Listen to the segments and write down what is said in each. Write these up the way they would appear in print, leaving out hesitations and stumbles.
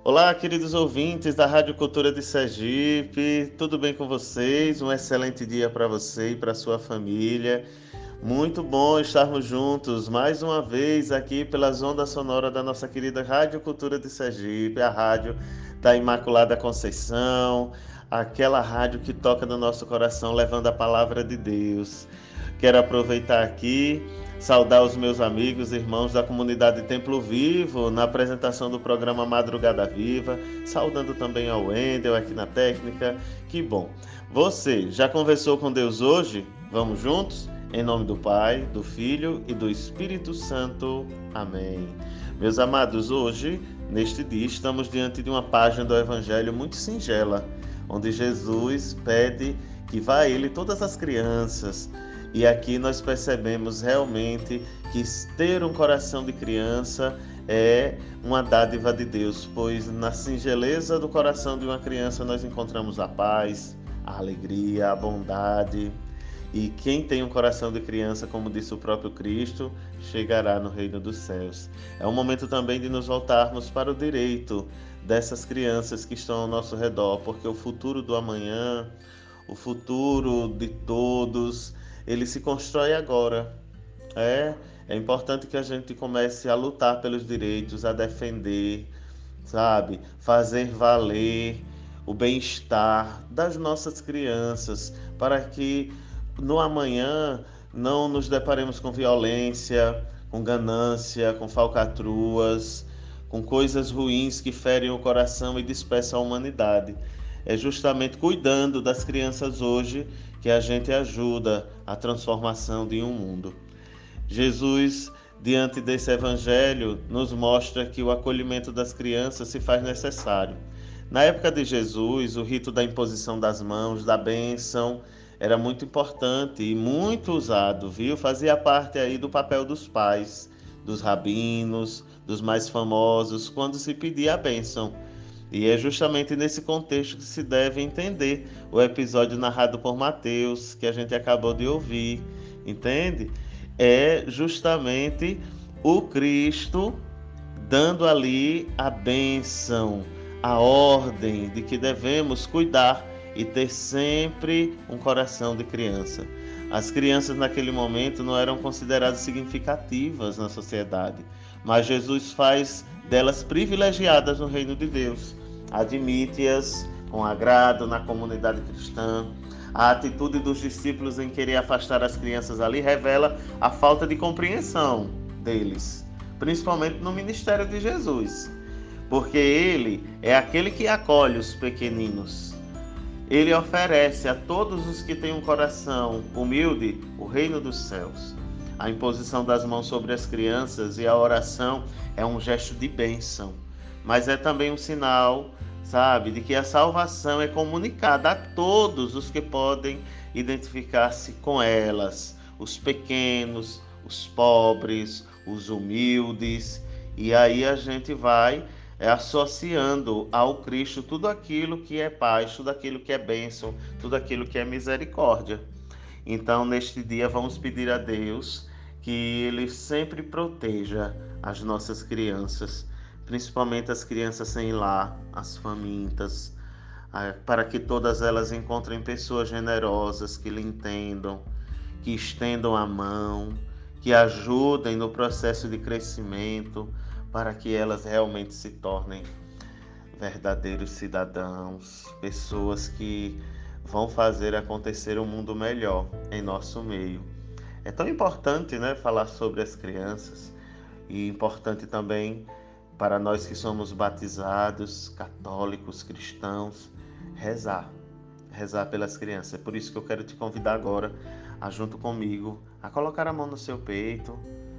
Olá, queridos ouvintes da Rádio Cultura de Sergipe, tudo bem com vocês? Um excelente dia para você e para sua família. Muito bom estarmos juntos mais uma vez aqui pelas ondas sonoras da nossa querida Rádio Cultura de Sergipe, a rádio da Imaculada Conceição, aquela rádio que toca no nosso coração levando a palavra de Deus. Quero aproveitar aqui, saudar os meus amigos e irmãos da comunidade Templo Vivo na apresentação do programa Madrugada Viva, saudando também ao Wendel aqui na técnica. Que bom! Você já conversou com Deus hoje? Vamos juntos? Em nome do Pai, do Filho e do Espírito Santo. Amém. Meus amados, hoje, neste dia, estamos diante de uma página do Evangelho muito singela, onde Jesus pede que vá a Ele todas as crianças. E aqui nós percebemos realmente que ter um coração de criança é uma dádiva de Deus, pois na singeleza do coração de uma criança nós encontramos a paz, a alegria, a bondade. E quem tem um coração de criança, como disse o próprio Cristo, chegará no reino dos céus. É um momento também de nos voltarmos para o direito dessas crianças que estão ao nosso redor, porque o futuro do amanhã, o futuro de todos, ele se constrói agora. É importante que a gente comece a lutar pelos direitos, a defender, sabe? Fazer valer o bem-estar das nossas crianças, para que no amanhã não nos deparemos com violência, com ganância, com falcatruas, com coisas ruins que ferem o coração e dispersam a humanidade. É justamente cuidando das crianças hoje que a gente ajuda a transformação de um mundo. Jesus, diante desse evangelho, nos mostra que o acolhimento das crianças se faz necessário. Na época de Jesus, o rito da imposição das mãos, da bênção, era muito importante e muito usado, viu? Fazia parte aí do papel dos pais, dos rabinos, dos mais famosos, quando se pedia a bênção. E é justamente nesse contexto que se deve entender o episódio narrado por Mateus, que a gente acabou de ouvir, entende? É justamente o Cristo dando ali a bênção, a ordem de que devemos cuidar e ter sempre um coração de criança. As crianças naquele momento não eram consideradas significativas na sociedade, mas Jesus faz delas privilegiadas no reino de Deus. Admite-as com agrado na comunidade cristã. A atitude dos discípulos em querer afastar as crianças ali revela a falta de compreensão deles, principalmente no ministério de Jesus, porque ele é aquele que acolhe os pequeninos. Ele oferece a todos os que têm um coração humilde o reino dos céus. A imposição das mãos sobre as crianças e a oração é um gesto de bênção, mas é também um sinal, sabe, de que a salvação é comunicada a todos os que podem identificar-se com elas, os pequenos, os pobres, os humildes. E aí a gente vai associando ao Cristo tudo aquilo que é paz, tudo aquilo que é bênção, tudo aquilo que é misericórdia. Então, neste dia, vamos pedir a Deus que Ele sempre proteja as nossas crianças, principalmente as crianças sem lar, as famintas, para que todas elas encontrem pessoas generosas que lhe entendam, que estendam a mão, que ajudem no processo de crescimento, para que elas realmente se tornem verdadeiros cidadãos, pessoas que vão fazer acontecer um mundo melhor em nosso meio. É tão importante, né, falar sobre as crianças, e importante também para nós que somos batizados, católicos, cristãos, rezar pelas crianças. É por isso que eu quero te convidar agora, junto comigo, a colocar a mão no seu peito,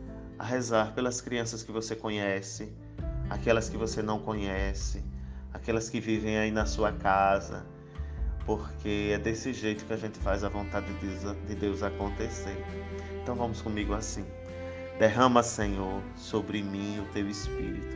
a rezar pelas crianças que você conhece, aquelas que você não conhece, aquelas que vivem aí na sua casa, porque é desse jeito que a gente faz a vontade de Deus acontecer. Então vamos comigo assim. Derrama, Senhor, sobre mim o teu Espírito.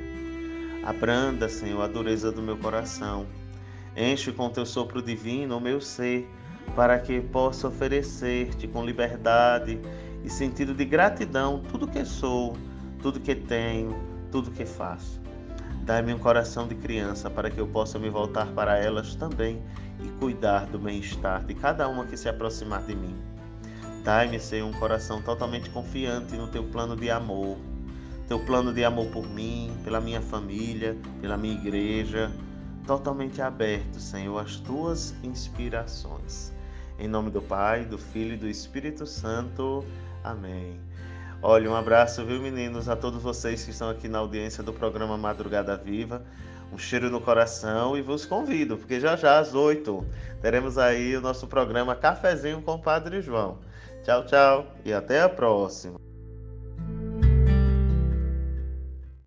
Abranda, Senhor, a dureza do meu coração. Enche com teu sopro divino o meu ser, para que possa oferecer-te com liberdade e sentido de gratidão tudo que sou, tudo que tenho, tudo que faço. Dai-me um coração de criança para que eu possa me voltar para elas também e cuidar do bem-estar de cada uma que se aproximar de mim. Dai-me, Senhor, um coração totalmente confiante no teu plano de amor. Teu plano de amor por mim, pela minha família, pela minha igreja, totalmente aberto, Senhor, às tuas inspirações. Em nome do Pai, do Filho e do Espírito Santo. Amém. Olha, um abraço, viu, meninos, a todos vocês que estão aqui na audiência do programa Madrugada Viva. Um cheiro no coração e vos convido, porque já já às 8 teremos aí o nosso programa Cafezinho com o Padre João. Tchau, tchau e até a próxima.